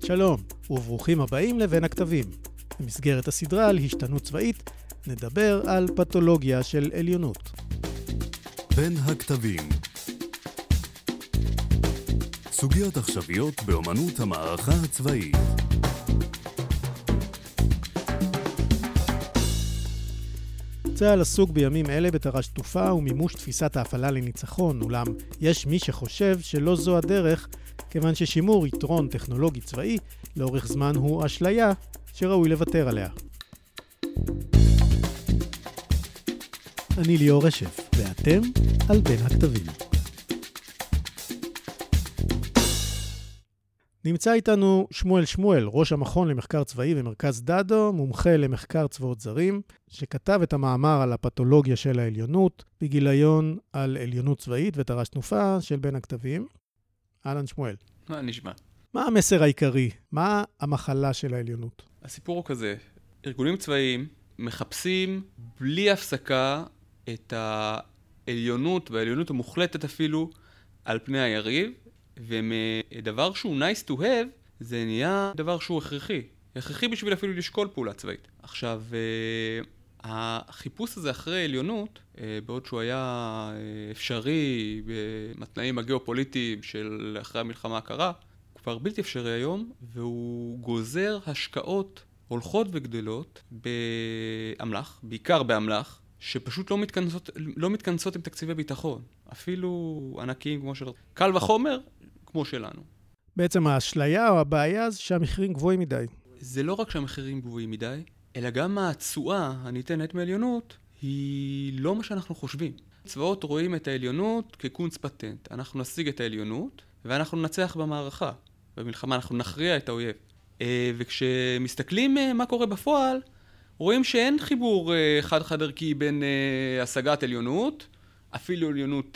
שלום, וברוכים הבאים לבין הכתבים. במסגרת הסדרה על השתנות צבאית, נדבר על פתולוגיה של עליונות. בין הכתבים. סוגיות עכשוויות באמנות המערכה הצבאית. צה"ל עסוק בימים אלה בתר"ש תעופה ומימוש תפיסת ההפעלה לניצחון, אולם יש מי שחושב שלא זו הדרך, כיוון ששימור יתרון טכנולוגי צבאי לאורך זמן הוא אשליה שראוי לוותר עליה. אני ליאור רשף, ואתם על בין הכתבים. נמצא איתנו שמואל, ראש המכון למחקר צבאי ומרכז דדו, מומחה למחקר צבאות זרים, שכתב את המאמר על הפתולוגיה של העליונות, בגיליון על עליונות צבאית ותר"ש תנופה של בין הכתבים. אהלן שמואל. מה נשמע? מה המסר העיקרי? מה המחלה של העליונות? הסיפור הוא כזה, ארגונים צבאיים מחפשים בלי הפסקה את העליונות והעליונות המוחלטת אפילו על פני היריב, ומדבר שהוא nice to have זה נהיה דבר שהוא הכרחי בשביל אפילו לשקול פעולה צבאית. עכשיו, החיפוש הזה אחרי עליונות, בעוד שהוא היה אפשרי בתנאים הגיאופוליטיים של אחרי המלחמה הקרה, הוא כבר בלתי אפשרי היום, והוא גוזר השקעות הולכות וגדלות באמל"ח, בעיקר באמל"ח, שפשוט לא מתכנסות עם תקציבי ביטחון, אפילו ענקיים כמו של קל וחומר כמו שלנו. בעצם האשליה או הבעיה זה שהמחירים גבוהים מדי. זה לא רק שהמחירים גבוהים מדי, אלא גם התשואה הניתנת מעליונות היא לא מה שאנחנו חושבים. צבאות רואים את העליונות כקונץ פטנט. אנחנו נשיג את העליונות ואנחנו ננצח במערכה. במלחמה אנחנו נכריע את האויב. וכשמסתכלים מה קורה בפועל, רואים שאין חיבור חד ערכי בין השגת עליונות, אפילו עליונות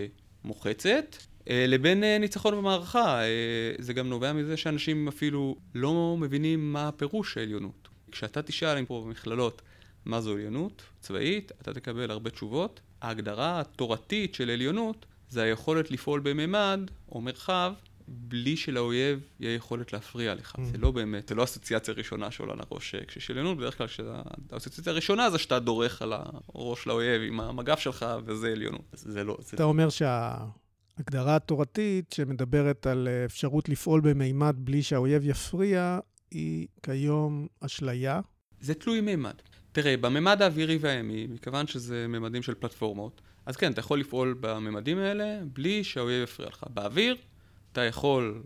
מוחצת, לבין ניצחון במערכה. זה גם נובע מזה שאנשים אפילו לא מבינים מה הפירוש העליונות. כשאתה תשאל פה במכללות מה זו עליונות צבאית, אתה תקבל הרבה תשובות. ההגדרה התורתית של עליונות זה היכולת לפעול בממד או מרחב בלי שלאויב יהיה יכולת להפריע לך. זה לא באמת, זה לא אסוציאציה ראשונה שעולה לראש. כשיש עליונות, בדרך כלל האסוציאציה הראשונה זה שאתה דורך על הראש לאויב עם המגף שלך, וזה עליונות. זה לא. אתה אומר שההגדרה התורתית שמדברת על אפשרות לפעול במימד בלי שהאויב יפריע, היא כיום אשליה? זה תלוי מימד. תראה, בממד האווירי והימי, מכיוון שזה ממדים של פלטפורמות, אז כן, אתה יכול לפעול בממדים האלה בלי שהאויב יפריע לך. באוויר, אתה יכול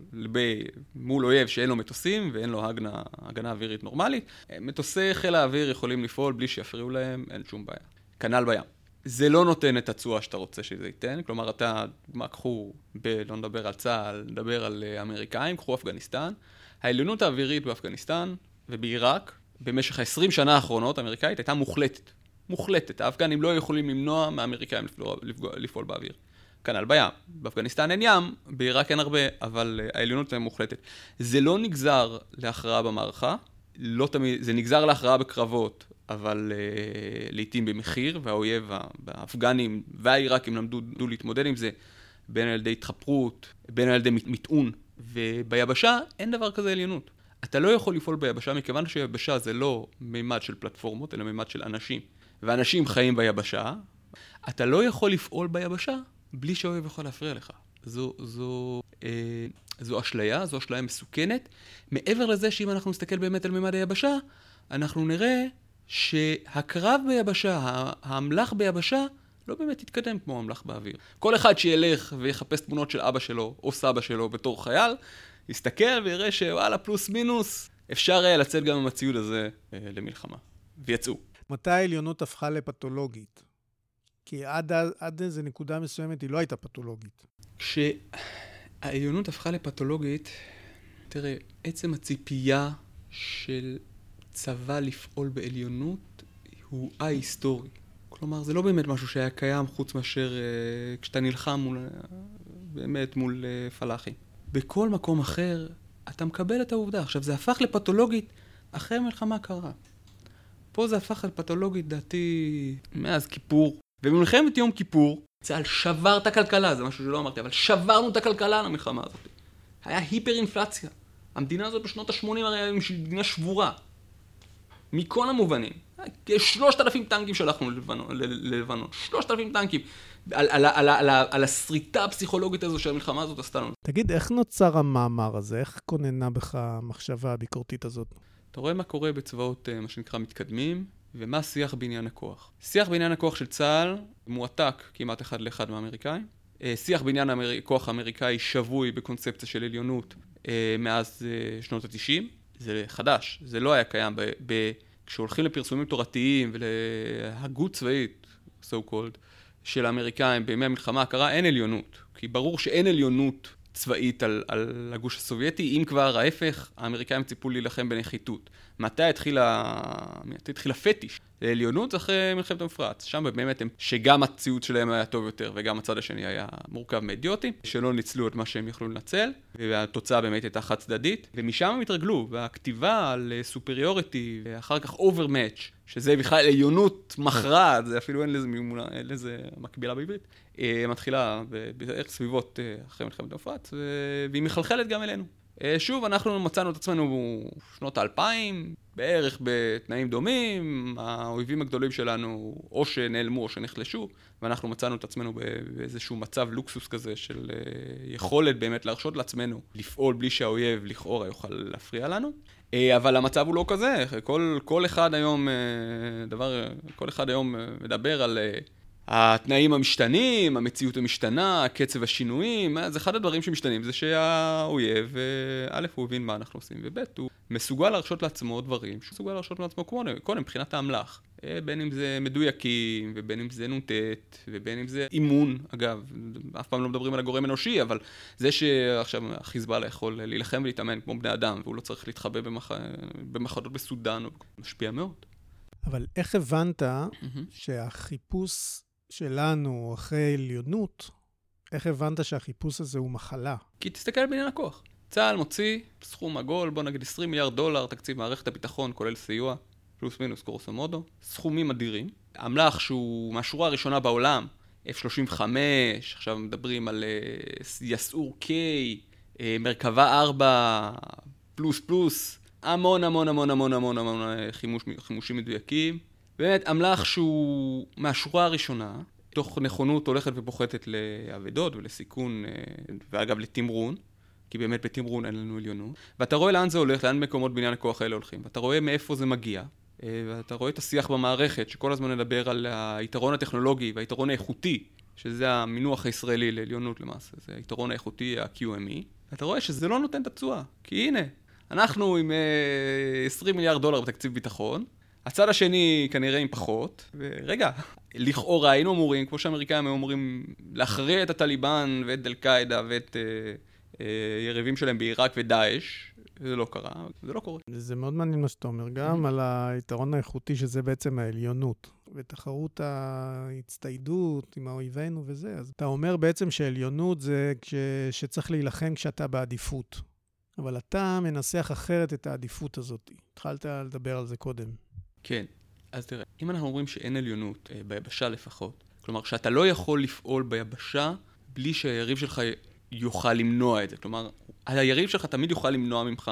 מול אויב שאין לו מטוסים ואין לו הגנה אווירית נורמלית. מטוסי חיל האוויר יכולים לפעול בלי שיפריעו להם, אין שום בעיה. כנ"ל בים. זה לא נותן את התשואה שאתה רוצה שזה ייתן, כלומר אתה, קחו, לא נדבר על צה"ל, נדבר על אמריקאים, קחו אפגניסטן. העליונות האווירית באפגניסטן ובעיראק, במשך ה-20 שנה האחרונות, האמריקאית הייתה מוחלטת. האפגנים לא יכולים למנוע מהאמריקאים לפעול באוויר. כנ"ל בים. באפגניסטן אין ים, בעיראק אין הרבה, אבל העליונות היא מוחלטת. זה לא נגזר להכרעה במערכה, לא תמיד, זה נגזר להכרעה בקרבות, אבל לעתים במחיר, והאויב, האפגנים והעיראקים למדו להתמודד עם זה, בין על ידי התחפרות, בין על ידי מיתון, וביבשה אין דבר כזה עליונות. אתה לא יכול לפעול ביבשה, מכיוון שיבשה זה לא מימד של פלטפורמות, אלא מימד של אנשים. ואנשים חיים ביבשה, אתה לא יכול לפעול ביבשה, בלי שהאויב יכול להפריע לך. זו אשליה מסוכנת. מעבר לזה שאם אנחנו נסתכל באמת על ממד היבשה, אנחנו נראה שהקרב ביבשה, האמל"ח ביבשה, לא באמת יתקדם כמו האמל"ח באוויר. כל אחד שילך ויחפש תמונות של אבא שלו או סבא שלו בתור חייל, יסתכל ויראה שוואלה פלוס מינוס, אפשר היה לצאת גם עם הציוד הזה למלחמה. ויצאו. מתי העליונות הפכה לפתולוגית? כי עד איזה נקודה מסוימת היא לא הייתה פתולוגית. כשהעליונות הפכה לפתולוגית, תראה, עצם הציפייה של צבא לפעול בעליונות הוא היסטורי. כלומר, זה לא באמת משהו שהיה קיים חוץ מאשר כשאתה נלחם מול פלאחים. בכל מקום אחר, אתה מקבל את העובדה. עכשיו, זה הפך לפתולוגית אחרי המלחמה הקרה. פה זה הפך לפתולוגית, דעתי, מאז כיפור. ובמלחמת יום כיפור, צה"ל שבר את הכלכלה, זה משהו שלא אמרתי, אבל שברנו את הכלכלה למלחמה הזאת. היה היפר אינפלציה. המדינה הזאת בשנות ה-80 הרי היא מדינה שבורה. מכל המובנים. 3,000 טנקים שלחנו ללבנון. 3,000 טנקים. על הסריטה הפסיכולוגית הזו שהמלחמה הזאת עשתה לנו. תגיד, איך נוצר המאמר הזה? איך כוננה בך המחשבה הביקורתית הזאת? אתה רואה מה קורה בצבאות, מה שנקרא, מתקדמים, ומה שיח בעניין הכוח. שיח בעניין הכוח של צה"ל מועתק כמעט אחד לאחד מהאמריקאים. שיח בעניין הכוח האמריקאי שבוי בקונספציה של עליונות מאז שנות ה-90. זה חדש, זה לא היה קיים כשהולכים לפרסומים תורתיים ולהגות צבאית, so called, של האמריקאים בימי המלחמה הקרה, אין עליונות. כי ברור שאין עליונות צבאית על הגוש הסובייטי, אם כבר ההפך, האמריקאים ציפו להילחם בנחיתות. מתי התחיל הפטיש? לעליונות זה אחרי מלחמת המפרץ. שם באמת שגם הציוד שלהם היה טוב יותר, וגם הצד השני היה מורכב מאידיוטים, שלא ניצלו את מה שהם יכלו לנצל, והתוצאה באמת הייתה חד צדדית, ומשם הם התרגלו, והכתיבה על סופריוריטי, ואחר כך אוברמאץ', שזה בכלל עליונות מכרעת, זה אפילו אין לזה מקבילה בעברית, מתחילה בערך סביבות אחרי מלחמת המפרץ, והיא מחלחלת גם אלינו. שוב, אנחנו מצאנו את עצמנו בשנות ה-2000, בערך בתנאים דומים, האויבים הגדולים שלנו או שנעלמו או שנחלשו, ואנחנו מצאנו את עצמנו באיזשהו מצב לוקסוס כזה של יכולת באמת להרשות לעצמנו לפעול בלי שהאויב לכאורה יוכל להפריע לנו. אבל המצב הוא לא כזה, כל אחד היום מדבר על התנאים המשתנים, המציאות המשתנה, קצב השינויים, זה אחד הדברים שמשתנים, זה שהאויב, א', הוא הבין מה אנחנו עושים, וב', הוא מסוגל להרשות לעצמו דברים, שהוא מסוגל להרשות לעצמו קודם, מבחינת האמל"ח. בין אם זה מדויקים, ובין אם זה נ"ט, ובין אם זה אימון, אגב, אף פעם לא מדברים על הגורם אנושי, אבל זה שעכשיו החיזבאללה יכול להילחם ולהתאמן כמו בני אדם, והוא לא צריך להתחבא במחנות בסודן, משפיע מאוד. אבל איך הבנת שהחיפוש שלנו אחרי עליונות, איך הבנת שהחיפוש הזה הוא מחלה? כי תסתכל בעניין הכוח. צה"ל מוציא סכום עגול, בוא נגיד $20 מיליארד, תקציב מערכת הביטחון, כולל סיוע, פלוס מינוס גרוסו מודו, סכומים אדירים. אמל"ח שהוא מהשורה הראשונה בעולם, F-35, עכשיו מדברים על יסעור K, מרכבה 4, פלוס, המון חימושים מדויקים. באמת, אמל"ח שהוא מהשורה הראשונה, תוך נכונות הולכת ופוחתת לעבדות ולסיכון, ואגב לתמרון, כי באמת בתמרון אין לנו עליונות. ואתה רואה לאן זה הולך, לאן מקומות בניין הכוח האלה הולכים. ואתה רואה מאיפה זה מגיע, ואתה רואה את השיח במערכת, שכל הזמן נדבר על היתרון הטכנולוגי והיתרון האיכותי, שזה המינוח הישראלי לעליונות למעשה, זה היתרון האיכותי, ה-QME. ואתה רואה שזה לא נותן את התשואה, כי הנה, אנחנו עם $20 מיליארד בתקציב ביטחון, הצד השני כנראה עם פחות, ורגע, לכאורה היינו אמורים, כמו שהאמריקאים היו אמורים להכריע את הטליבן ואת אל-קאעידה ואת יריבים שלהם בעיראק ודאעש, זה לא קרה, זה לא קורה. זה מאוד מעניין מה שאתה אומר, גם על היתרון האיכותי שזה בעצם העליונות, ותחרות ההצטיידות עם האויבינו וזה, אז אתה אומר בעצם שעליונות זה שצריך להילחם כשאתה בעדיפות. אבל אתה מנסח אחרת את העדיפות הזאת. התחלת לדבר על זה קודם. כן. אז תראה, אם אנחנו אומרים שאין עליונות, ביבשה לפחות, כלומר שאתה לא יכול לפעול ביבשה בלי שהיריב שלך יוכל למנוע את זה. כלומר, היריב שלך תמיד יוכל למנוע ממך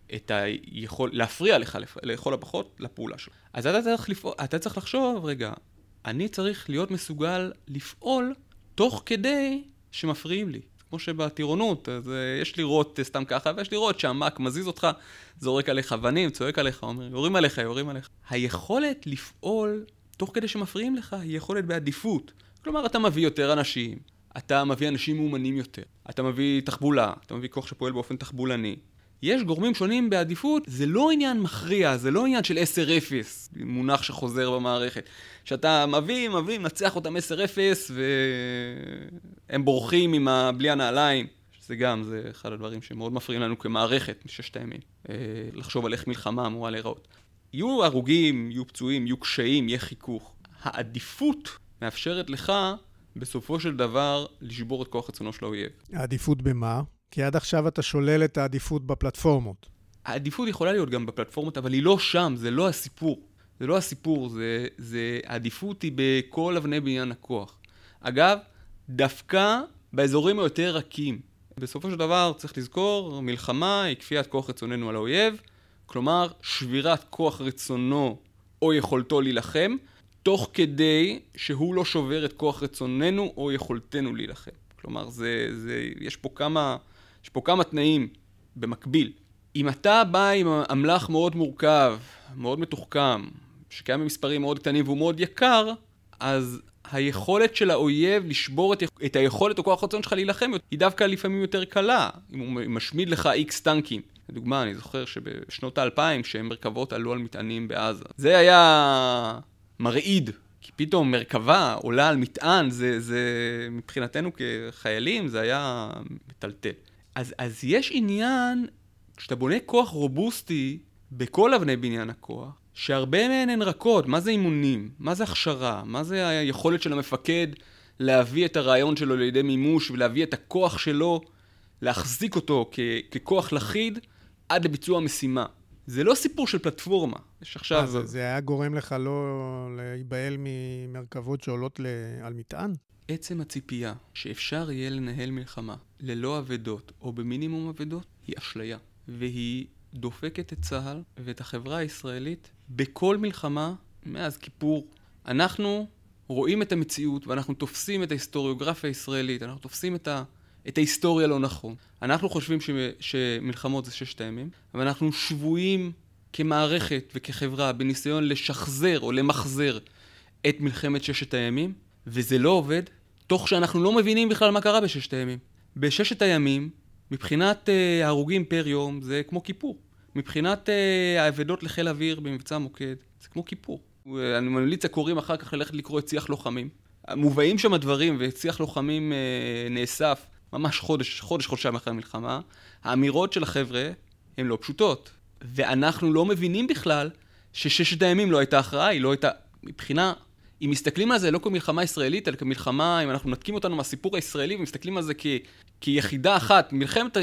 להפריע לך, לכל הפחות, לפעולה שלך. אז אתה צריך לחשוב, רגע, אני צריך להיות מסוגל לפעול תוך כדי שמפריעים לי. כמו שבטירונות, אז יש לירות סתם ככה, ויש לירות שהמק מזיז אותך, זורק עליך אבנים, צועק עליך, אומר, יורים עליך. היכולת לפעול תוך כדי שמפריעים לך, היא יכולת בעדיפות. כלומר, אתה מביא יותר אנשים, אתה מביא אנשים מאומנים יותר, אתה מביא תחבולה, אתה מביא כוח שפועל באופן תחבולני. יש גורמים שונים בעדיפות, זה לא עניין מכריע, זה לא עניין של 10-0, מונח שחוזר במערכת. שאתה מביא, נצח אותם 10-0, והם בורחים בלי הנעליים. שזה גם, זה אחד הדברים שמאוד מפריעים לנו כמערכת מששת הימים. לחשוב על איך מלחמה אמורה להיראות. יהיו הרוגים, יהיו פצועים, יהיו קשיים, יהיה חיכוך. העדיפות מאפשרת לך, בסופו של דבר, לשבור את כוח רצונו של האויב. העדיפות במה? כי עד עכשיו אתה שולל את העדיפות בפלטפורמות. העדיפות יכולה להיות גם בפלטפורמות, אבל היא לא שם, זה לא הסיפור. זה לא הסיפור, העדיפות היא בכל אבני בניין הכוח. אגב, דווקא באזורים היותר רכים, בסופו של דבר צריך לזכור, מלחמה היא כפיית כוח רצוננו על האויב, כלומר שבירת כוח רצונו או יכולתו להילחם, תוך כדי שהוא לא שובר את כוח רצוננו או יכולתנו להילחם. כלומר, יש פה כמה תנאים במקביל. אם אתה בא עם אמל"ח מאוד מורכב, מאוד מתוחכם, שקיים במספרים מאוד קטנים והוא מאוד יקר, אז היכולת של האויב לשבור את היכולת או כוח הרצון שלך להילחם היא דווקא לפעמים יותר קלה, אם הוא משמיד לך X טנקים. לדוגמה, אני זוכר שבשנות ה-2000, שמרכבות עלו על מטענים בעזה. זה היה מרעיד, כי פתאום מרכבה עולה על מטען, זה מבחינתנו כחיילים, זה היה מטלטל. אז יש עניין, כשאתה בונה כוח רובוסטי בכל אבני בניין הכוח, שהרבה מהן הן רכות. מה זה אימונים? מה זה הכשרה? מה זה היכולת של המפקד להביא את הרעיון שלו לידי מימוש ולהביא את הכוח שלו, להחזיק אותו ככוח לחיד עד לביצוע המשימה. זה לא סיפור של פלטפורמה. יש עכשיו... זה היה גורם לך לא להיבהל ממרכבות שעולות על מטען? עצם הציפייה שאפשר יהיה לנהל מלחמה ללא עבדות או במינימום עבדות היא אשליה, והיא דופקת את צה"ל ואת החברה הישראלית בכל מלחמה מאז כיפור. אנחנו רואים את המציאות ואנחנו תופסים את ההיסטוריוגרפיה הישראלית, אנחנו תופסים את ההיסטוריה לא נכון. אנחנו חושבים שמלחמות זה 6 הימים, אבל אנחנו שבויים כמערכת וכחברה בניסיון לשחזר או למחזר את מלחמת 6 הימים, וזה לא עובד, תוך שאנחנו לא מבינים בכלל מה קרה ב6 הימים. ב6 הימים, מבחינת ההרוגים פר יום, זה כמו כיפור. מבחינת העבדות לחיל אוויר במבצע מוקד, זה כמו כיפור. אני ממליץ הקוראים אחר כך ללכת לקרוא את שיח לוחמים. מובאים שם הדברים, ושיח לוחמים נאסף ממש חודשיים אחרי המלחמה. האמירות של החבר'ה הן לא פשוטות. ואנחנו לא מבינים בכלל ש6 הימים לא הייתה הכרעה, היא לא הייתה מבחינה... אם מסתכלים על זה לא כמלחמה ישראלית, אלא כמלחמה, אם אנחנו נתקים אותנו מהסיפור הישראלי, ומסתכלים על זה כיחידה אחת,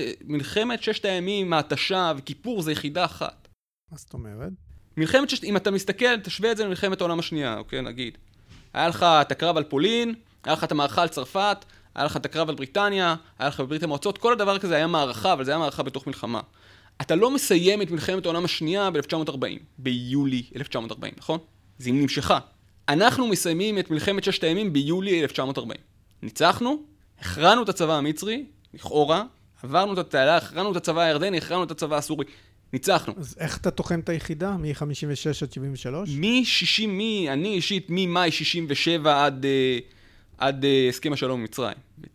מלחמת 6 הימים, מהתשה וכיפור זה יחידה אחת. מה זאת אומרת? מלחמת 6, אם אתה מסתכל, תשווה את זה למלחמת העולם השנייה, אוקיי, נגיד. היה לך את הקרב על פולין, היה לך את המערכה על צרפת, היה לך את הקרב על בריטניה, היה לך בברית המועצות, כל הדבר כזה היה מערכה, אבל זה היה מערכה בתוך מלחמה. אתה לא מסיים את מלחמת העולם השנייה ב-1940, ביולי 1940, נכון? זה נמשכה. אנחנו מסיימים את מלחמת 6 הימים ביולי 1940. ניצחנו, הכרענו את הצבא המצרי, לכאורה, עברנו את התעלה, הכרענו את הצבא הירדני, הכרענו את הצבא הסורי. ניצחנו. אז איך אתה תוחם את היחידה? מ-56 עד 73? אני אישית, ממאי 67 עד הסכם השלום במצרים.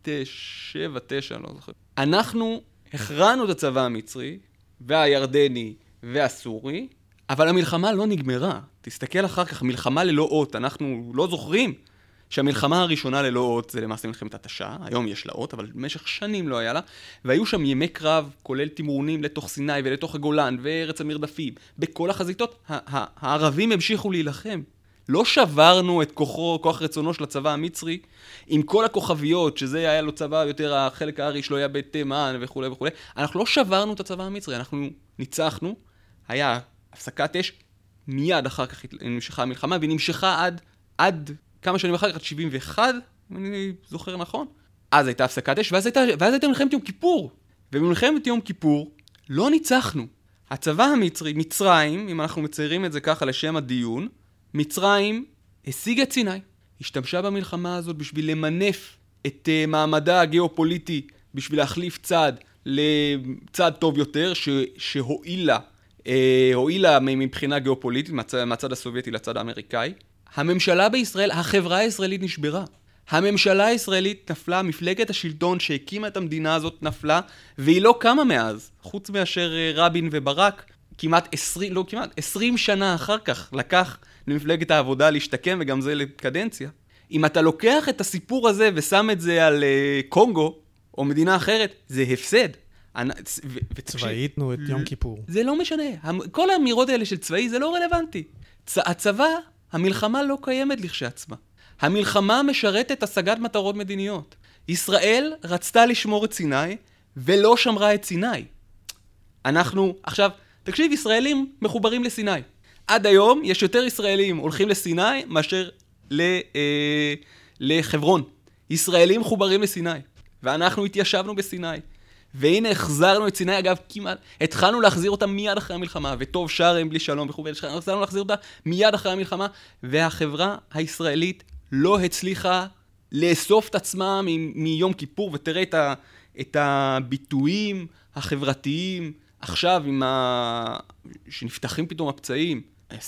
ב-7, 9, לא זוכר. אנחנו הכרענו את הצבא המצרי, והירדני והסורי, אבל המלחמה לא נגמרה. תסתכל אחר כך, מלחמה ללא אות. אנחנו לא זוכרים שהמלחמה הראשונה ללא אות זה למעשה מלחמת התשה. היום יש לה אות, אבל במשך שנים לא היה לה. והיו שם ימי קרב, כולל תימורונים לתוך סיני ולתוך הגולן וארץ המרדפים. בכל החזיתות, הערבים המשיכו להילחם. לא שברנו את כוח רצונו של הצבא המצרי, עם כל הכוכביות, שזה היה לו צבא יותר, החלק הארי שלו היה בתימן וכו' וכו'. אנחנו לא שברנו את הצבא המצרי, אנחנו ניצחנו. היה הפסקת אש, מיד אחר כך נמשכה המלחמה, והיא נמשכה עד כמה שנים אחר כך, 71, אם אני זוכר נכון. אז הייתה הפסקת אש, ואז הייתה מלחמת יום כיפור. ובמלחמת יום כיפור לא ניצחנו. הצבא המצרי, מצרים, אם אנחנו מציירים את זה ככה לשם הדיון, מצרים השיגה את סיני. השתמשה במלחמה הזאת בשביל למנף את מעמדה הגיאופוליטי, בשביל להחליף צד לצד טוב יותר, שהועילה מבחינה גיאופוליטית, מהצד הסובייטי לצד האמריקאי. הממשלה בישראל, החברה הישראלית נשברה. הממשלה הישראלית נפלה, מפלגת השלטון שהקימה את המדינה הזאת נפלה, והיא לא קמה מאז. חוץ מאשר רבין וברק, כמעט 20 שנה אחר כך לקח למפלגת העבודה להשתקם, וגם זה לקדנציה. אם אתה לוקח את הסיפור הזה ושם את זה על קונגו, או מדינה אחרת, זה הפסד. צבאית, נו, את יום כיפור. זה לא משנה. כל האמירות האלה של צבאי זה לא רלוונטי. הצבא, המלחמה לא קיימת לכשעצמה. המלחמה משרתת השגת מטרות מדיניות. ישראל רצתה לשמור את סיני, ולא שמרה את סיני. עכשיו, תקשיב, ישראלים מחוברים לסיני. עד היום יש יותר ישראלים הולכים לסיני מאשר לחברון. ישראלים מחוברים לסיני. ואנחנו התיישבנו בסיני. והנה החזרנו את סיני, אגב, כמעט, התחלנו להחזיר אותה מיד אחרי המלחמה, וטוב שרם בלי שלום וכו', התחלנו להחזיר אותה מיד אחרי המלחמה, והחברה הישראלית לא הצליחה לאסוף את עצמה מיום כיפור, ותראה את הביטויים החברתיים, עכשיו שנפתחים פתאום הפצעים,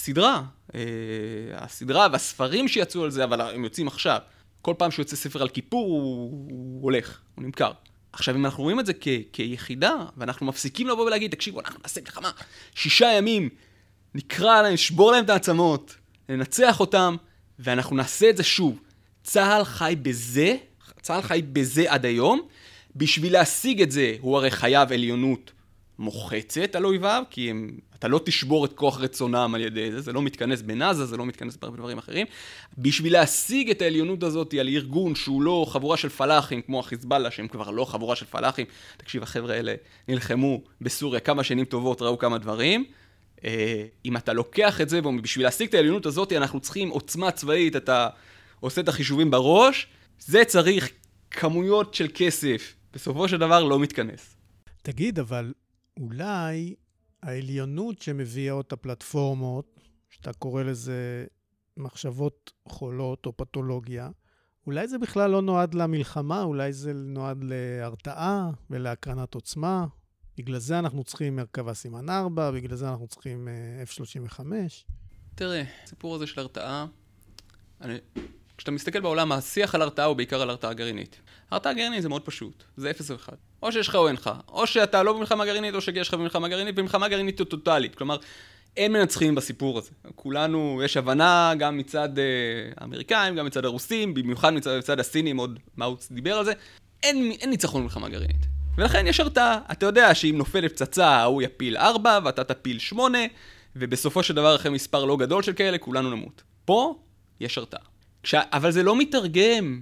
הסדרה והספרים שיצאו על זה, אבל הם יוצאים עכשיו. כל פעם שיוצא ספר על כיפור, הוא הולך, הוא נמכר. עכשיו, אם אנחנו רואים את זה כיחידה, ואנחנו מפסיקים לבוא ולהגיד, תקשיבו, אנחנו נעשה מלחמה 6 ימים, נקרא להם, נשבור להם את העצמות, ננצח אותם, ואנחנו נעשה את זה שוב. צה"ל חי בזה עד היום. בשביל להשיג את זה, הוא הרי חייב עליונות מוחצת על אויביו, כי אתה לא תשבור את כוח רצונם על ידי זה, זה לא מתכנס בנאזה, זה לא מתכנס בדברים אחרים. בשביל להשיג את העליונות הזאת על ארגון שהוא לא חבורה של פלאחים, כמו החיזבאללה, שהם כבר לא חבורה של פלאחים. תקשיב, החבר'ה האלה נלחמו בסוריה כמה שנים טובות, ראו כמה דברים. אם אתה לוקח את זה, ובשביל להשיג את העליונות הזאת, אנחנו צריכים עוצמה צבאית, אתה עושה את החישובים בראש, זה צריך כמויות של כסף. בסופו של דבר לא מתכנס. תגיד, אבל אולי העליונות שמביאה אותה פלטפורמות, שאתה קורא לזה מחשבות חולות או פתולוגיה, אולי זה בכלל לא נועד למלחמה, אולי זה נועד להרתעה ולהקרנת עוצמה. בגלל זה אנחנו צריכים מרכבה סימן 4, בגלל זה אנחנו צריכים F-35. תראה, הסיפור הזה של הרתעה, כשאתה מסתכל בעולם, השיח על הרתעה הוא בעיקר על הרתעה גרעינית. הרתעה גרעינית זה מאוד פשוט, זה 0 או 1. או שיש לך או אין לך, או שאתה לא במלחמה גרעינית, או שיש לך במלחמה גרעינית, במלחמה גרעינית טוטלית. כלומר, אין מנצחים בסיפור הזה. כולנו, יש הבנה גם מצד האמריקאים, גם מצד הרוסים, במיוחד מצד הסינים, עוד מאוץ דיבר על זה, אין ניצחון במלחמה גרעינית. ולכן יש הרתעה. אתה יודע שאם נופלת פצצה, הוא יפיל 4, ואתה תפיל 8, ובסופו של דבר, אחרי מספר לא גדול של כאלה, כולנו נמות. פה יש הרתעה. אבל זה לא מתרגם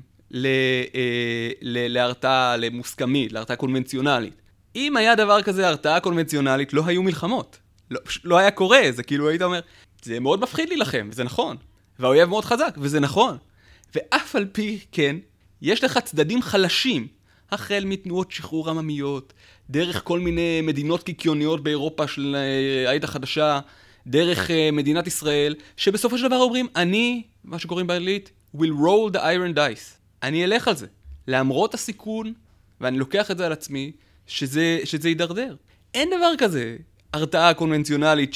להרתעה למוסכמית, להרתעה קונבנציונלית. אם היה דבר כזה הרתעה קונבנציונלית, לא היו מלחמות. לא היה קורה, זה כאילו היית אומר, זה מאוד מפחיד לי לכם, וזה נכון. והאויב מאוד חזק, וזה נכון. ואף על פי כן, יש לך צדדים חלשים, החל מתנועות שחרור עממיות, דרך כל מיני מדינות קיקיוניות באירופה של העית החדשה, דרך מדינת ישראל, שבסופו של דבר אומרים, אני, מה שקוראים באנגלית, will roll the iron dice. אני אלך על זה. למרות הסיכון, ואני לוקח את זה על עצמי, שזה יידרדר. אין דבר כזה. הרתעה קונבנציונלית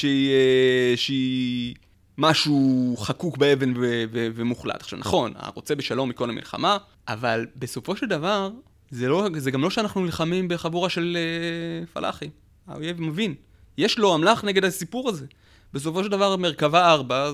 שהיא משהו חקוק באבן ומוחלט. עכשיו, נכון, רוצה בשלום מכל המלחמה, אבל בסופו של דבר, זה גם לא שאנחנו נלחמים בחבורה של פלאחים. האויב מבין. יש לו המלך נגד הסיפור הזה. בסופו של דבר, מרכבה 4,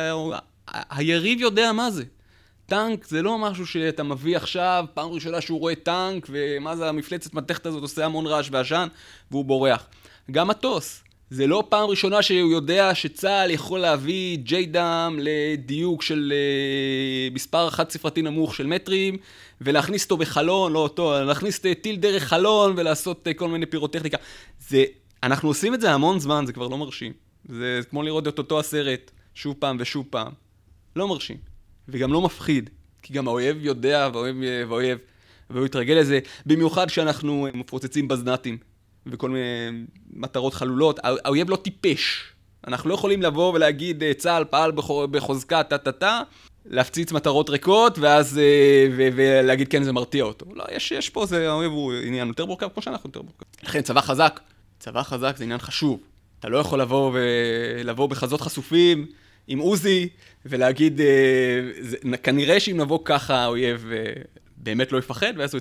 היריב יודע מה זה. טנק זה לא משהו שאתה מביא עכשיו, פעם ראשונה שהוא רואה טנק, ומה זה המפלצת מתכת הזאת, עושה המון רעש ועשן, והוא בורח. גם מטוס. זה לא פעם ראשונה שהוא יודע שצה"ל יכול להביא ג'יידם לדיוק של מספר חד ספרתי נמוך של מטרים, ולהכניס אותו בחלון, לא אותו, להכניס טיל דרך חלון, ולעשות כל מיני פירוטכניקה. אנחנו עושים את זה המון זמן, זה כבר לא מרשים. זה כמו לראות את אותו הסרט, שוב פעם ושוב פעם. לא מרשים. וגם לא מפחיד, כי גם האויב יודע, והוא יתרגל לזה, במיוחד כשאנחנו מפוצצים בזנתים, וכל מיני מטרות חלולות. האויב לא טיפש. אנחנו לא יכולים לבוא ולהגיד, צה"ל פעל בחוזקה, להפציץ מטרות ריקות, ואז, ולהגיד כן, זה מרתיע אותו. לא, יש פה, האויב הוא עניין יותר מורכב, כמו שאנחנו יותר מורכב. לכן, צבא חזק זה עניין חשוב. אתה לא יכול לבוא בחזות חשופים, עם עוזי, ולהגיד, כנראה שאם נבוא ככה, האויב באמת לא יפחד, ואז הוא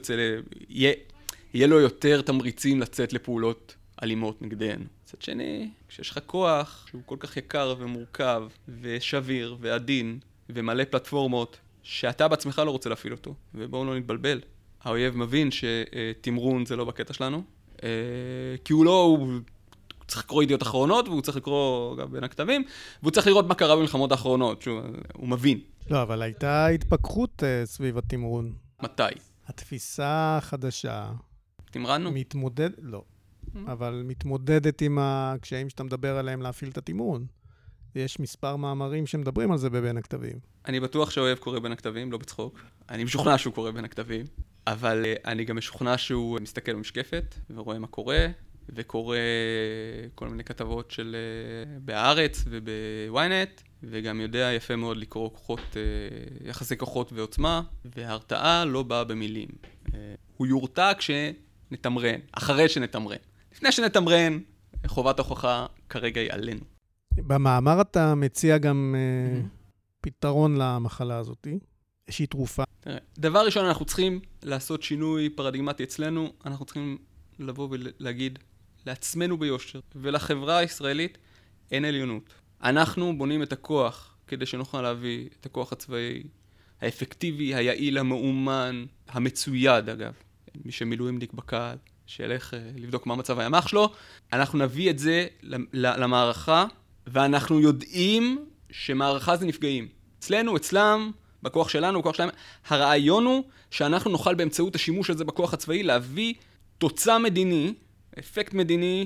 יהיה לו יותר תמריצים לצאת לפעולות אלימות נגדנו. מצד שני, כשיש לך כוח שהוא כל כך יקר ומורכב, ושביר ועדין, ומלא פלטפורמות, שאתה בעצמך לא רוצה להפעיל אותו, ובואו לא נתבלבל. האויב מבין שתמרון זה לא בקטע שלנו, כי הוא צריך לקרוא ידיעות אחרונות, והוא צריך לקרוא גם בין הכתבים, והוא צריך לראות מה קרה במלחמות האחרונות, הוא מבין. לא, אבל הייתה התפכחות סביב התמרון. מתי? התפיסה החדשה. תמרנו? לא. אבל מתמודדת עם הקשיים שאתה מדבר עליהם להפעיל את התמרון. יש מספר מאמרים שמדברים על זה בבין הכתבים. אני בטוח שהאויב קורא בין הכתבים, לא בצחוק. אני משוכנע שהוא קורא בין הכתבים. אבל אני גם משוכנע שהוא מסתכל במשקפת ורואה מה קורה, וקורא כל מיני כתבות של בהארץ ובוויינט, וגם יודע יפה מאוד לקרוא יחסי כוחות ועוצמה, וההרתעה לא באה במילים. הוא יורתע כשנתמרן, אחרי שנתמרן. לפני שנתמרן, חובת ההוכחה כרגע היא עלינו. במאמר אתה מציע גם פתרון למחלה הזאת, איזושהי תרופה. תראה, דבר ראשון, אנחנו צריכים לעשות שינוי פרדיגמטי אצלנו, אנחנו צריכים לבוא ולהגיד לעצמנו ביושר, ולחברה הישראלית אין עליונות. אנחנו בונים את הכוח כדי שנוכל להביא את הכוח הצבאי, האפקטיבי, היעיל, המאומן, המצויד אגב. מי שמילואימניק בקהל, שילך לבדוק מה מצב הימ"ח שלו, אנחנו נביא את זה למערכה, ואנחנו יודעים שמערכה זה נפגעים. אצלנו, אצלם, בכוח שלנו, בכוח שלהם. הרעיון הוא שאנחנו נוכל באמצעות השימוש הזה בכוח הצבאי להביא תוצאה מדיני, אפקט מדיני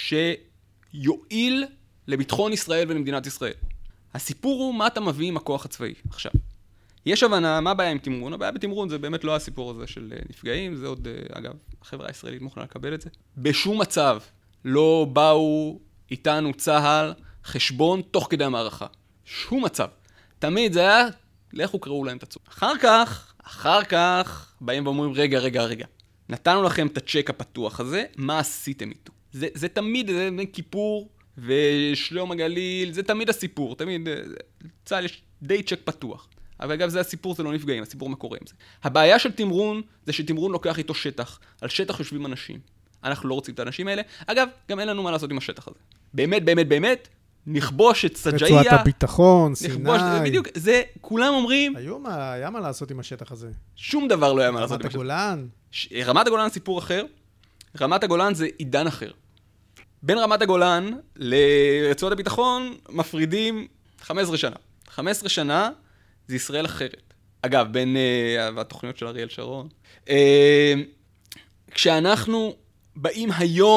שיועיל לביטחון ישראל ולמדינת ישראל. הסיפור הוא מה אתה מביא עם הכוח הצבאי. עכשיו, יש הבנה, מה הבעיה עם תמרון? הבעיה בתמרון זה באמת לא הסיפור הזה של נפגעים, זה עוד, אגב, החברה הישראלית מוכנה לקבל את זה. בשום מצב לא באו איתנו צהל חשבון תוך כדי המערכה. שום מצב. תמיד זה היה, לכו קראו להם את הצור. אחר כך, באים ואומרים, רגע. נתנו לכם את הצ'ק הפתוח הזה, מה עשיתם איתו? זה תמיד, זה כיפור ושלום הגליל, זה תמיד הסיפור, תמיד, צהל יש די צ'ק פתוח. אבל אגב, זה הסיפור, זה לא נפגעים, הסיפור מה קורה עם זה. הבעיה של תמרון, זה שתמרון לוקח איתו שטח. על שטח יושבים אנשים. אנחנו לא רוצים את האנשים האלה. אגב, גם אין לנו מה לעשות עם השטח הזה. באמת, נכבוש את סג'איה. רצועת הביטחון, סיני. בדיוק, זה, כולם אומרים... היום היה מה לעשות עם השטח הזה. שום דבר לא היה מה לעשות עם השטח. רמת הגולן. רמת הגולן סיפור אחר. רמת הגולן זה עידן אחר. בין רמת הגולן לרצועת הביטחון מפרידים 15 שנה. 15 שנה זה ישראל אחרת. אגב, בין התוכניות של אריאל שרון. כשאנחנו באים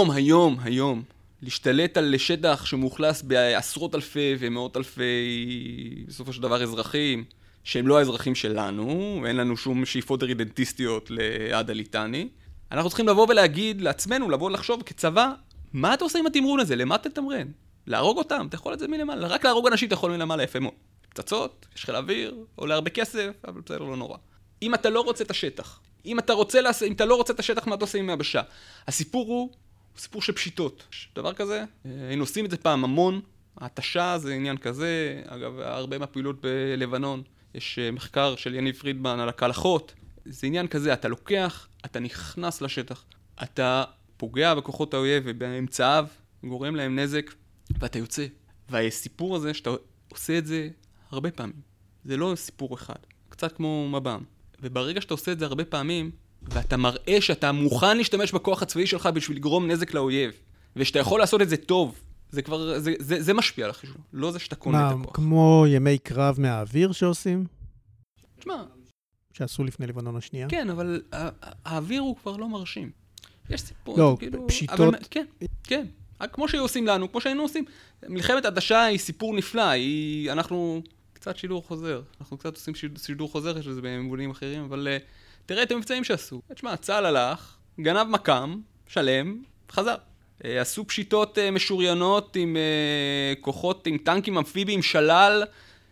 היום, להשתלט על שטח שמאוכלס בעשרות אלפי ומאות אלפי, בסופו של דבר אזרחים, שהם לא האזרחים שלנו, ואין לנו שום שאיפות רידנטיסטיות לעד הליטני, אנחנו צריכים לבוא ולהגיד לעצמנו, לבוא לחשוב כצבא, מה אתה עושה עם התמרון הזה? למה אתה תמרן? להרוג אותם, אתה יכול את זה מלמעלה. רק להרוג אנשים אתה יכול מלמעלה יפה מאוד. פצצות, יש חיל אוויר, עולה הרבה כסף, אבל בסדר, לא נורא. אם אתה לא רוצה את השטח, אם אתה לא רוצה את השטח, מה אתה עושה עם מהבשה? הסיפור הוא סיפור של פשיטות. דבר כזה, היינו עושים את זה פעם המון, ההתשה זה עניין כזה, אגב, הרבה מהפעילות בלבנון, יש מחקר של יניב פרידמן על הקלחות, זה עניין כזה, אתה לוקח, אתה נכנס לשטח, אתה פוגע בכוחות האויב ובאמצעיו, גורם להם נזק, ואתה יוצא. והסיפור הזה, שאתה עושה את זה הרבה פעמים, זה לא סיפור אחד, קצת כמו מב"ם. וברגע שאתה עושה את זה הרבה פעמים, ואתה מראה שאתה מוכן להשתמש בכוח הצבאי שלך בשביל לגרום נזק לאויב, ושאתה יכול לעשות את זה טוב, זה כבר, זה משפיע על החישוב, לא זה שאתה קונה את הכוח. כמו ימי קרב מהאוויר שעושים? תשמע. שעשו לפני לבנון השנייה? כן, אבל האוויר הוא כבר לא מרשים. יש סיפור, לא, כאילו, פשיטות. אבל, כן. כמו שעושים לנו, כמו שהיינו עושים. מלחמת התשה היא סיפור נפלא, אנחנו קצת שידור חוזר. אנחנו קצת עושים שידור חוזר, יש לזה במובנים אחרים, אבל תראה את המבצעים שעשו. תשמע, צה"ל הלך, גנב מקם, שלם, חזר. עשו פשיטות משוריינות עם כוחות, עם טנקים אמפיביים, שלל,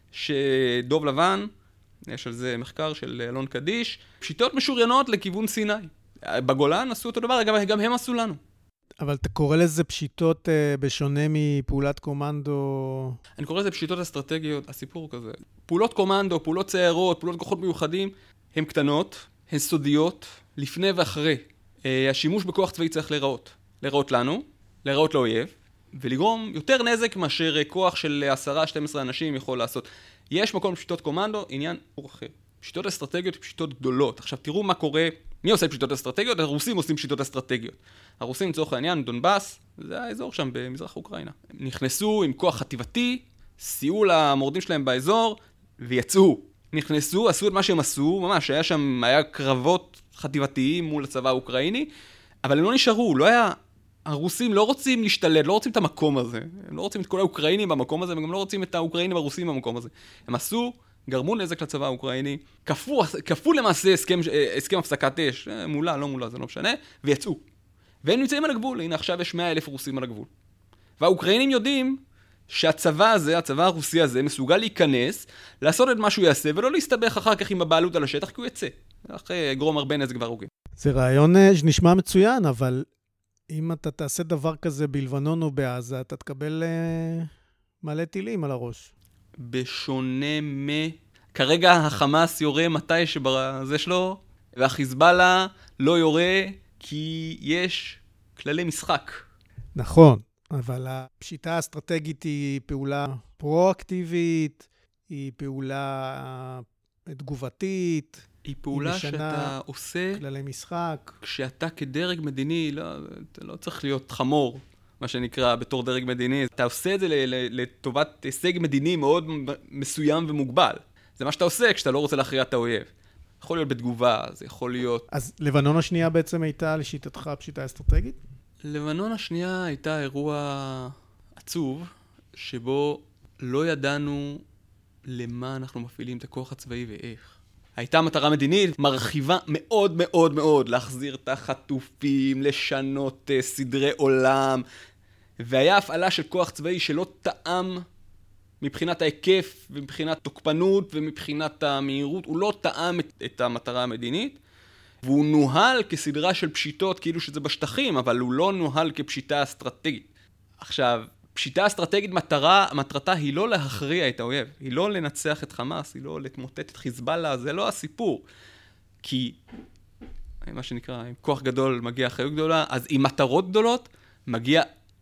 שדוב לבן, יש על זה מחקר של אלון קדיש, פשיטות משוריינות לכיוון סיני. בגולן עשו אותו דבר, גם הם עשו לנו. אבל אתה קורא לזה פשיטות בשונה מפעולת קומנדו? אני קורא לזה פשיטות אסטרטגיות, הסיפור כזה. פעולות קומנדו, פעולות ציירות, פעולות כוחות מיוחדים, הן קטנות, הן סודיות, לפני ואחרי. השימוש בכוח צבאי צריך להיראות לנו, להיראות לאויב, ולגרום יותר נזק מאשר כוח של 10-12 אנשים יכול לעשות. יש מקום פשיטות קומנדו, עניין אחר. פשיטות אסטרטגיות, פשיטות גדולות. עכשיו תראו מה קורה, מי עושה פשיטות אסטרטגיות? הרוסים עושים פשיטות אסטרטגיות. הרוסים לצורך העניין, דונבאס, זה האזור שם במזרח אוקראינה. נכנסו עם כוח חטיבתי, סייעו למורדים שלהם באזור, ויצאו. נכנסו, עשו את מה שהם עשו, ממש, היה קרבות חטיבתיים מול הצבא האוקראיני, אבל הם לא נשארו, הרוסים לא רוצים להשתלט, לא רוצים את המקום הזה. הם לא רוצים את כל האוקראינים במקום הזה, וגם לא רוצים את האוקראינים הרוסים במקום הזה. הם עשו גרמו נזק לצבא האוקראיני, כפו למעשה הסכם הפסקת אש, מולה, לא מולה, זה לא משנה, ויצאו. והם נמצאים על הגבול, הנה עכשיו יש 100,000 רוסים על הגבול. והאוקראינים יודעים שהצבא הזה, הצבא הרוסי הזה, מסוגל להיכנס, לעשות את מה שהוא יעשה, ולא להסתבך אחר כך עם הבעלות על השטח, כי הוא יצא. אחרי יגרום הרבה נזק והרוגים. זה רעיון שנשמע מצוין, אבל אם אתה תעשה דבר כזה בלבנון או בעזה, אתה תקבל מלא טילים על הראש. בשונה כרגע החמאס יורה מתי שבזה שלו, והחיזבאללה לא יורה כי יש כללי משחק. נכון, אבל הפשיטה האסטרטגית היא פעולה פרואקטיבית, היא פעולה תגובתית, היא פעולה שאתה עושה כללי משחק. כשאתה כדרג מדיני, אתה לא צריך להיות חמור, מה שנקרא בתור דרג מדיני. אתה עושה את זה לטובת הישג מדיני מאוד מסוים ומוגבל. זה מה שאתה עושה כשאתה לא רוצה להכריע את האויב. יכול להיות בתגובה, זה יכול להיות... אז לבנון השנייה בעצם הייתה לשיטתך פשיטה אסטרטגית? לבנון השנייה הייתה אירוע עצוב, שבו לא ידענו למה אנחנו מפעילים את הכוח הצבאי ואיך. הייתה מטרה מדינית מרחיבה מאוד מאוד מאוד, להחזיר את החטופים, לשנות סדרי עולם, והיה הפעלה של כוח צבאי שלא טעם מבחינת ההיקף ומבחינת תוקפנות ומבחינת המהירות, הוא לא טעם את המטרה המדינית, והוא נוהל כסדרה של פשיטות כאילו שזה בשטחים, אבל הוא לא נוהל כפשיטה אסטרטגית. עכשיו, פשיטה אסטרטגית מטרתה היא לא להכריע את האויב, היא לא לנצח את חמאס, היא לא לתמוטט את חיזבאללה, זה לא הסיפור. כי, מה שנקרא, עם כוח גדול מגיע אחריות גדולה, אז עם מטרות גדולות מגיע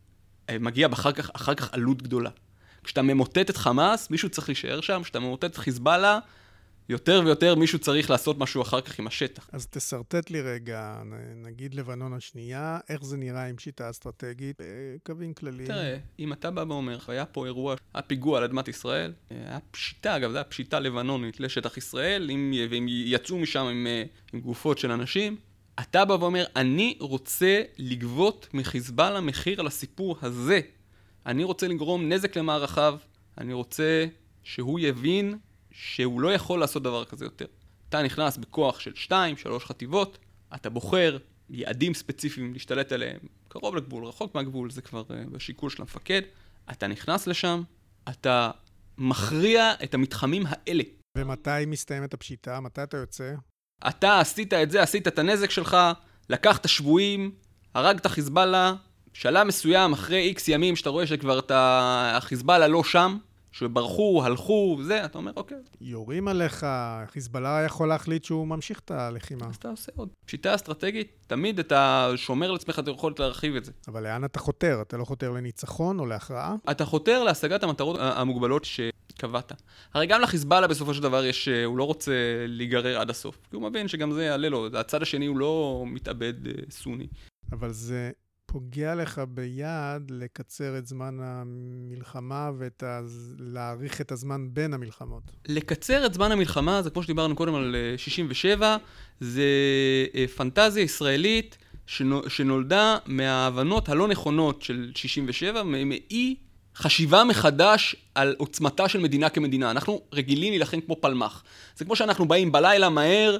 אחר כך עלות גדולה. כשאתה ממוטט את חמאס, מישהו צריך להישאר שם, כשאתה ממוטט את חיזבאללה, יותר ויותר מישהו צריך לעשות משהו אחר כך עם השטח. אז תסרטט לי רגע, נגיד לבנון השנייה, איך זה נראה עם שיטה אסטרטגית, קווים כלליים. תראה, אם אתה בא ואומר, היה פה אירוע, היה פיגוע על אדמת ישראל, היה פשיטה, אגב, זה היה פשיטה לבנונית לשטח ישראל, והם יצאו משם עם גופות של אנשים, אתה בא ואומר, אני רוצה לגבות מחיזבאללה מחיר על הסיפור הזה. אני רוצה לגרום נזק למערכיו, אני רוצה שהוא יבין שהוא לא יכול לעשות דבר כזה יותר. אתה נכנס בכוח של 2-3 חטיבות, אתה בוחר יעדים ספציפיים להשתלט עליהם, קרוב לגבול, רחוק מהגבול, זה כבר בשיקול של המפקד. אתה נכנס לשם, אתה מכריע את המתחמים האלה. ומתי מסתיימת הפשיטה? מתי אתה יוצא? אתה עשית את זה, עשית את הנזק שלך, לקחת שבויים, הרגת חיזבאללה, שלב מסוים אחרי איקס ימים שאתה רואה שכבר החיזבאללה לא שם, שברחו, הלכו, וזה, אתה אומר, אוקיי. יורים עליך, חיזבאללה יכול להחליט שהוא ממשיך את הלחימה. אז אתה עושה עוד. פשיטה אסטרטגית, תמיד אתה שומר לעצמך את היכולת להרחיב את זה. אבל לאן אתה חותר? אתה לא חותר לניצחון או להכרעה? אתה חותר להשגת המטרות המוגבלות שקבעת. הרי גם לחיזבאללה בסופו של דבר הוא לא רוצה להיגרר עד הסוף. כי הוא מבין שגם זה יעלה לו. הצד השני הוא לא מתאבד סוני. אבל זה פוגע לך ביד לקצר את זמן המלחמה ולהאריך את הזמן בין המלחמות. לקצר את זמן המלחמה, זה כמו שדיברנו קודם על 67, זה פנטזיה ישראלית שנולדה מההבנות הלא נכונות של 67, מאי חשיבה מחדש על עוצמתה של מדינה כמדינה. אנחנו רגילים להילחם כמו פלמח. זה כמו שאנחנו באים בלילה מהר,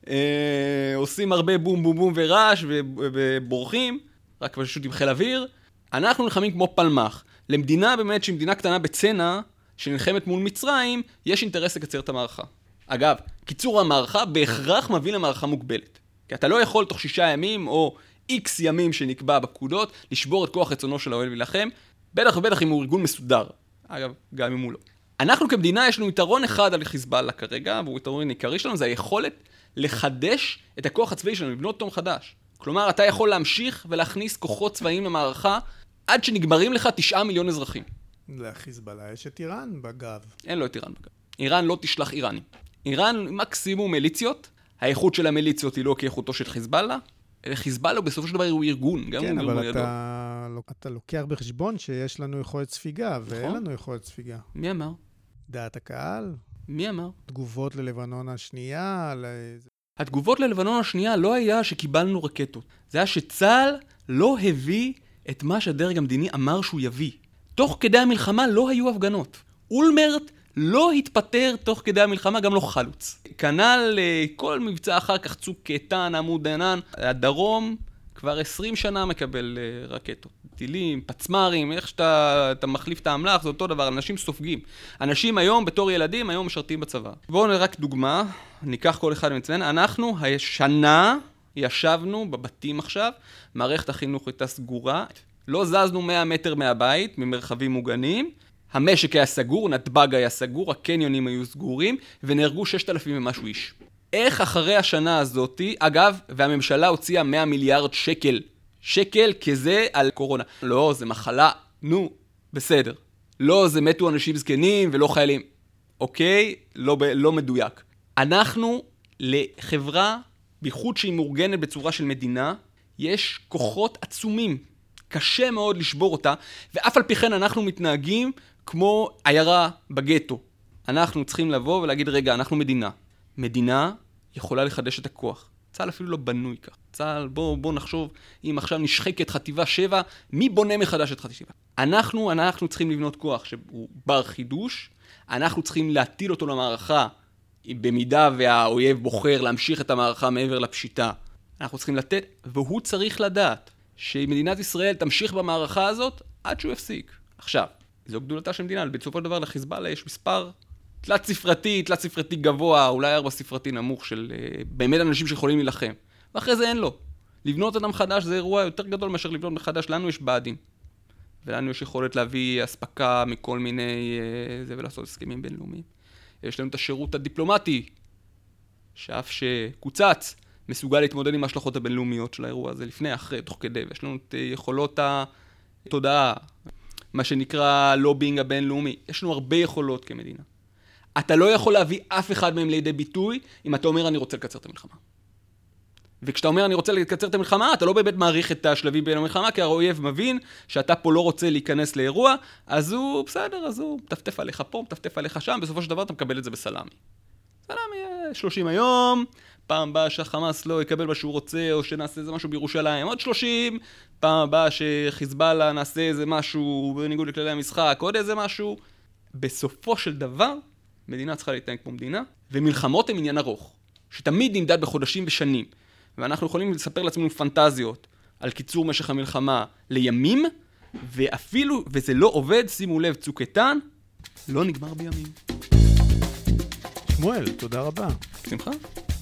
עושים הרבה בום בום בום ורעש ובורחים, רק פשוט עם חיל אוויר. אנחנו נלחמים כמו פלמח. למדינה באמת שהיא מדינה קטנה בצנע, שנלחמת מול מצרים, יש אינטרס לקצר את המערכה. אגב, קיצור המערכה בהכרח מביא למערכה מוגבלת. כי אתה לא יכול תוך 6 ימים או איקס ימים שנקבע בפקודות, לשבור את כוח רצונו של האויב ולהילחם, בטח ובטח אם הוא ארגון מסודר. אגב, גם אם הוא לא. אנחנו כמדינה יש לנו יתרון אחד על חיזבאללה כרגע, והוא יתרון עיקרי שלנו, זה היכולת לחדש את הכוח הצבאי שלנו, לבנות אותו מחדש. כלומר, אתה יכול להמשיך ולהכניס כוחות צבאיים למערכה, עד שנגמרים לך 9 מיליון אזרחים. לחיזבאללה יש את איראן בגב. אין לו את איראן בגב. איראן לא תשלח איראנים. איראן מקסימום מיליציות, האיכות של המיליציות היא לא כאיכותו של חיזבאללה, חיזבאללה בסופו של דבר הוא ארגון, גם כן, הוא אבל אתה לוקח בחשבון שיש לנו יכולת ספיגה, ואין לנו יכולת ספיגה. מי אמר? דעת הקהל? מי אמר? תגובות ללבנון השנייה? התגובות ללבנון השנייה לא היה שקיבלנו רקטות. זה היה שצה"ל לא הביא את מה שהדרג המדיני אמר שהוא יביא. תוך כדי המלחמה לא היו הפגנות. אולמרט לא התפטר תוך כדי המלחמה, גם לא חלוץ. כנ"ל כל מבצע אחר כך, צוק איתן, עמוד ענן, הדרום כבר 20 שנה מקבל רקטות. טילים, פצמרים, איך שאתה מחליף את האמל"ח, זה אותו דבר, אנשים סופגים. אנשים היום, בתור ילדים, היום משרתים בצבא. בואו נראה רק דוגמה, ניקח כל אחד מצוין. אנחנו השנה ישבנו בבתים עכשיו, מערכת החינוך הייתה סגורה, לא זזנו 100 מטר מהבית, ממרחבים מוגנים, המשק היה סגור, נתב"ג היה סגור, הקניונים היו סגורים, ונהרגו 6,000 ומשהו איש. איך אחרי השנה הזאת, אגב, והממשלה הוציאה 100 מיליארד שקל כזה על קורונה. לא, זה מחלה, נו, בסדר. לא, זה מתו אנשים זקנים ולא חיילים. אוקיי? לא מדויק. אנחנו לחברה, בייחוד שהיא מאורגנת בצורה של מדינה, יש כוחות עצומים. קשה מאוד לשבור אותה, ואף על פי כן אנחנו מתנהגים כמו עיירה בגטו. אנחנו צריכים לבוא ולהגיד, רגע, אנחנו מדינה. מדינה יכולה לחדש את הכוח. צה"ל אפילו לא בנוי כך. צה"ל, בוא נחשוב, אם עכשיו נשחקת חטיבה 7, מי בונה מחדש את חטיבה 7? אנחנו צריכים לבנות כוח שהוא בר חידוש, אנחנו צריכים להטיל אותו למערכה, במידה והאויב בוחר להמשיך את המערכה מעבר לפשיטה. אנחנו צריכים לתת, והוא צריך לדעת, שמדינת ישראל תמשיך במערכה הזאת עד שהוא יפסיק. עכשיו, זו גדולתה של מדינה, בסופו של דבר לחיזבאללה יש מספר תלת ספרתי גבוה, אולי 4 ספרתי נמוך של באמת אנשים שיכולים להילחם. ואחרי זה אין לו. לבנות אותם חדש זה אירוע יותר גדול מאשר לבנות מחדש. לנו יש בעדים. ולנו יש יכולת להביא הספקה מכל מיני זה ולעשות הסכמים בינלאומיים. יש לנו את השירות הדיפלומטי, שאף שקוצץ, מסוגל להתמודד עם ההשלכות הבינלאומיות של האירוע הזה לפני, אחרי, תוך כדי. ויש לנו את יכולות התודעה, מה שנקרא לובינג הבינלאומי. יש לנו הרבה יכולות כמדינה. אתה לא יכול להביא אף אחד מהם לידי ביטוי אם אתה אומר אני רוצה לקצר את המלחמה. וכשאתה אומר אני רוצה לקצר את המלחמה, אתה לא באמת מעריך את השלבים בין המלחמה, כי האויב מבין שאתה פה לא רוצה להיכנס לאירוע, אז הוא בסדר, אז הוא מטפטף עליך פה, מטפטף עליך שם, בסופו של דבר אתה מקבל את זה בסלאמי. סלאמי 30 היום, פעם הבאה שהחמאס לא יקבל מה שהוא רוצה, או שנעשה איזה משהו בירושלים, עוד 30, פעם הבאה שחיזבאללה נעשה איזה משהו בניגוד לכללי המשחק, עוד איזה משהו. בסופו של דבר, מדינה צריכה להתנהג כמו מדינה, ומלחמות הן עניין ארוך, שתמיד נמדד בחודשים ושנים. ואנחנו יכולים לספר לעצמנו פנטזיות על קיצור משך המלחמה לימים, ואפילו, וזה לא עובד, שימו לב, צוק איתן, לא נגמר בימים. שמואל, תודה רבה. שמחה.